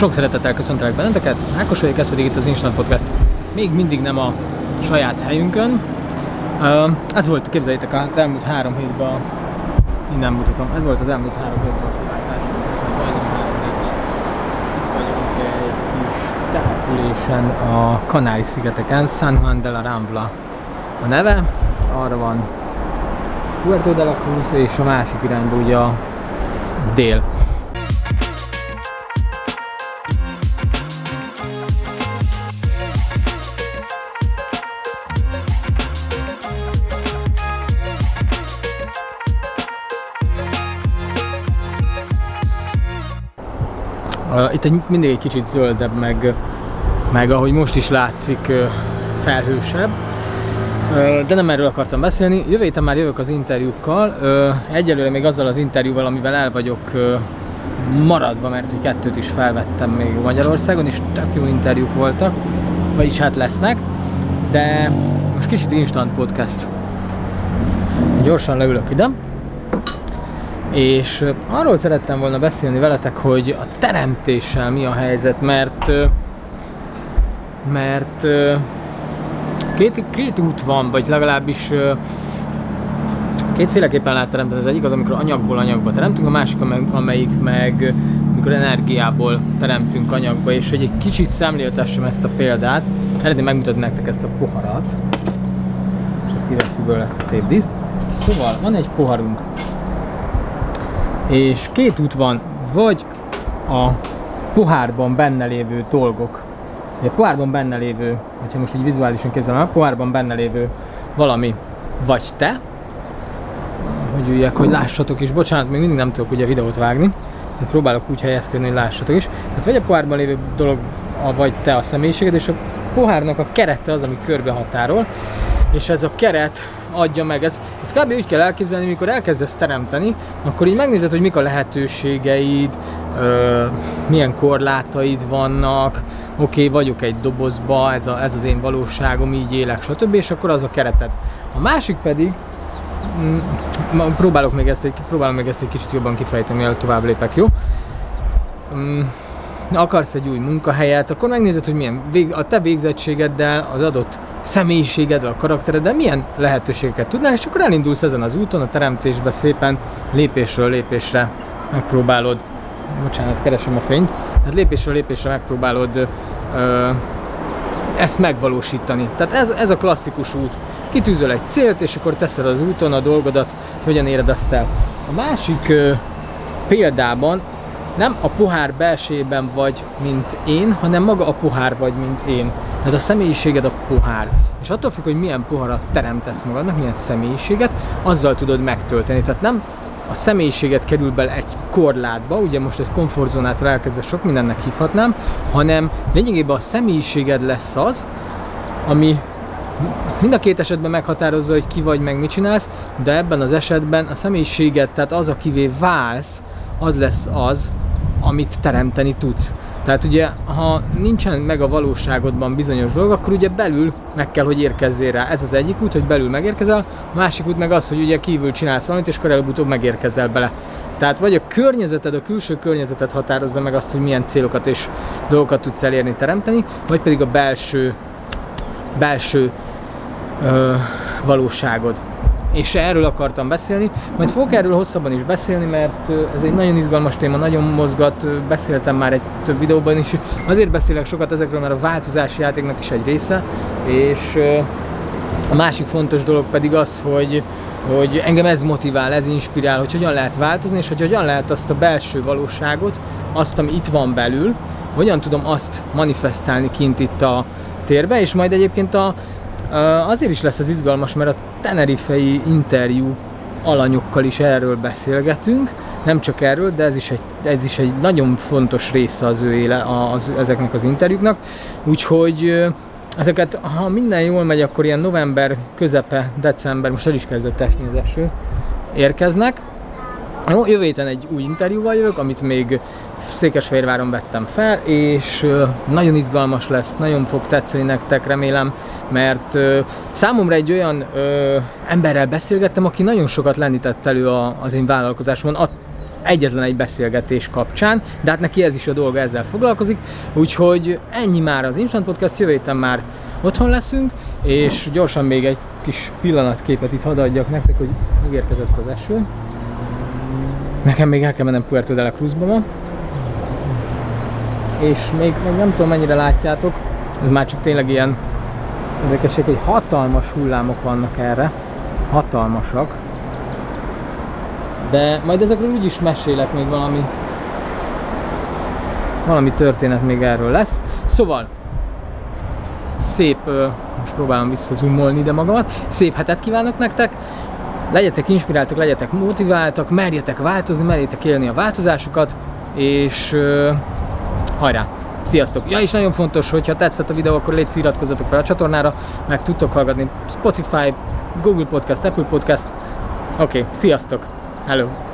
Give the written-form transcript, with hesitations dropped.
Sok szeretettel köszöntelek benneteket, Ákos vagyok, ez pedig itt az Instant Podcast. Még mindig nem a saját helyünkön. Ez volt, képzeljétek, az elmúlt 3 hétben, innen mutatom, ez volt az elmúlt 3 hétben a kiváltásunk. Majdnem 3 hétben. Itt vagyunk egy kis településen a Kanári-szigeteken, San Juan de la Rambla a neve. Arra van Puerto de la Cruz, és a másik irányba ugye a dél. Itt mindig egy kicsit zöldebb, meg ahogy most is látszik, felhősebb. De nem erről akartam beszélni. Jövő héten már jövök az interjúkkal. Egyelőre még azzal az interjúval, amivel el vagyok maradva, mert hogy 2 is felvettem még Magyarországon, és tök jó interjúk voltak, vagyis hát lesznek. De most kicsit Instant Podcast. Gyorsan leülök ide. És arról szerettem volna beszélni veletek, hogy a teremtéssel mi a helyzet, mert két út van, vagy legalábbis kétféleképpen lehet teremteni. Az egyik az, amikor anyagból anyagba teremtünk, a másik, amelyik meg amikor energiából teremtünk anyagba, és hogy egy kicsit szemléltessem ezt a példát, szeretném megmutatni nektek ezt a poharat, és ezt kiveszünk belőle, ezt a szép díszt. Szóval van egy poharunk, és 2 út van, vagy a pohárban benne lévő dolgok, vagy a pohárban benne lévő, hogyha most így vizuálisan képzelem, a pohárban benne lévő valami, vagy te, hogy üljek, hogy lássatok is, bocsánat, még mindig nem tudok ugye videót vágni, de próbálok úgy helyezkedni, hogy lássatok is. Hát vagy a pohárban lévő dolog, vagy te a személyiséged, és a pohárnak a kerete az, ami körbehatárol, és ez a keret adja meg. Ezt kb. Úgy kell elképzelni, mikor elkezdesz teremteni, akkor így megnézed, hogy mik a lehetőségeid, milyen korlátaid vannak, oké, vagyok egy dobozba, ez az én valóságom, így élek, stb. És akkor az a kereted. A másik pedig, próbálom még ezt egy kicsit jobban kifejteni, mielőtt tovább lépek, jó? Akarsz egy új munkahelyet, akkor megnézed, hogy milyen a te végzettségeddel, az adott személyiségeddel, a karaktereddel milyen lehetőségeket tudnál, és akkor elindulsz ezen az úton, a teremtésbe szépen lépésről lépésre megpróbálod, bocsánat, keresem a fényt, hát lépésről lépésre megpróbálod ezt megvalósítani. Tehát ez a klasszikus út. Kitűzöl egy célt, és akkor teszed az úton a dolgodat, hogyan éred azt el. A másik példában nem a pohár belsejében vagy, mint én, hanem maga a pohár vagy, mint én. Tehát a személyiséged a pohár. És attól függ, hogy milyen poharat teremtesz magadnak, milyen személyiséget, azzal tudod megtölteni. Tehát nem a személyiséget kerül bele egy korlátba, ugye most ez komfortzónától elkezdve sok mindennek hívhatnám, hanem lényegében a személyiséged lesz az, ami mind a 2 esetben meghatározza, hogy ki vagy, meg mit csinálsz, de ebben az esetben a személyiséged, tehát az, akivé válsz, az lesz az, amit teremteni tudsz. Tehát ugye, ha nincsen meg a valóságodban bizonyos dolog, akkor ugye belül meg kell, hogy érkezzél rá. Ez az egyik út, hogy belül megérkezel, a másik út meg az, hogy ugye kívül csinálsz valamit, és akkor előbb-utóbb megérkezel bele. Tehát vagy a környezeted, a külső környezeted határozza meg azt, hogy milyen célokat és dolgokat tudsz elérni, teremteni, vagy pedig a belső valóságod. És erről akartam beszélni, majd fogok erről hosszabban is beszélni, mert ez egy nagyon izgalmas téma, nagyon mozgat, beszéltem már egy több videóban is, azért beszélek sokat ezekről, mert a változási játéknak is egy része, és a másik fontos dolog pedig az, hogy engem ez motivál, ez inspirál, hogy hogyan lehet változni, és hogy hogyan lehet azt a belső valóságot, azt, ami itt van belül, hogyan tudom azt manifestálni kint itt a térbe, és majd egyébként azért is lesz ez izgalmas, mert a tenerifei interjú alanyokkal is erről beszélgetünk, nem csak erről, de ez is egy nagyon fontos része az ő ezeknek az interjúknak, úgyhogy ezeket, ha minden jól megy, akkor ilyen november közepe, december, most el is kezdett esni az eső, érkeznek. Jó, jövő héten egy új interjúval jövök, amit még Székesfehérváron vettem fel, és nagyon izgalmas lesz, nagyon fog tetszeni nektek, remélem, mert számomra egy olyan emberrel beszélgettem, aki nagyon sokat lendített elő az én vállalkozásomon, egyetlen egy beszélgetés kapcsán, de hát neki ez is a dolga, ezzel foglalkozik, úgyhogy ennyi már az Instant Podcast, jövő héten már otthon leszünk, és gyorsan még egy kis pillanatképet itt hadd adjak nektek, hogy megérkezett az eső. Nekem még el kell mennem Puerto de la Cruzba ma, és még nem tudom mennyire látjátok, ez már csak tényleg ilyen érdekesség, hogy hatalmas hullámok vannak erre, hatalmasak, de majd ezekről úgyis mesélek, még valami történet még erről lesz. Szóval, szép, most próbálom visszazoomolni ide magamat, szép hetet kívánok nektek, legyetek inspiráltak, legyetek motiváltak, merjetek változni, merjetek élni a változásokat, és hajrá! Sziasztok! Ja, és nagyon fontos, hogyha tetszett a videó, akkor légy iratkozzatok fel a csatornára, meg tudtok hallgatni Spotify, Google Podcast, Apple Podcast. Oké, sziasztok! Hello!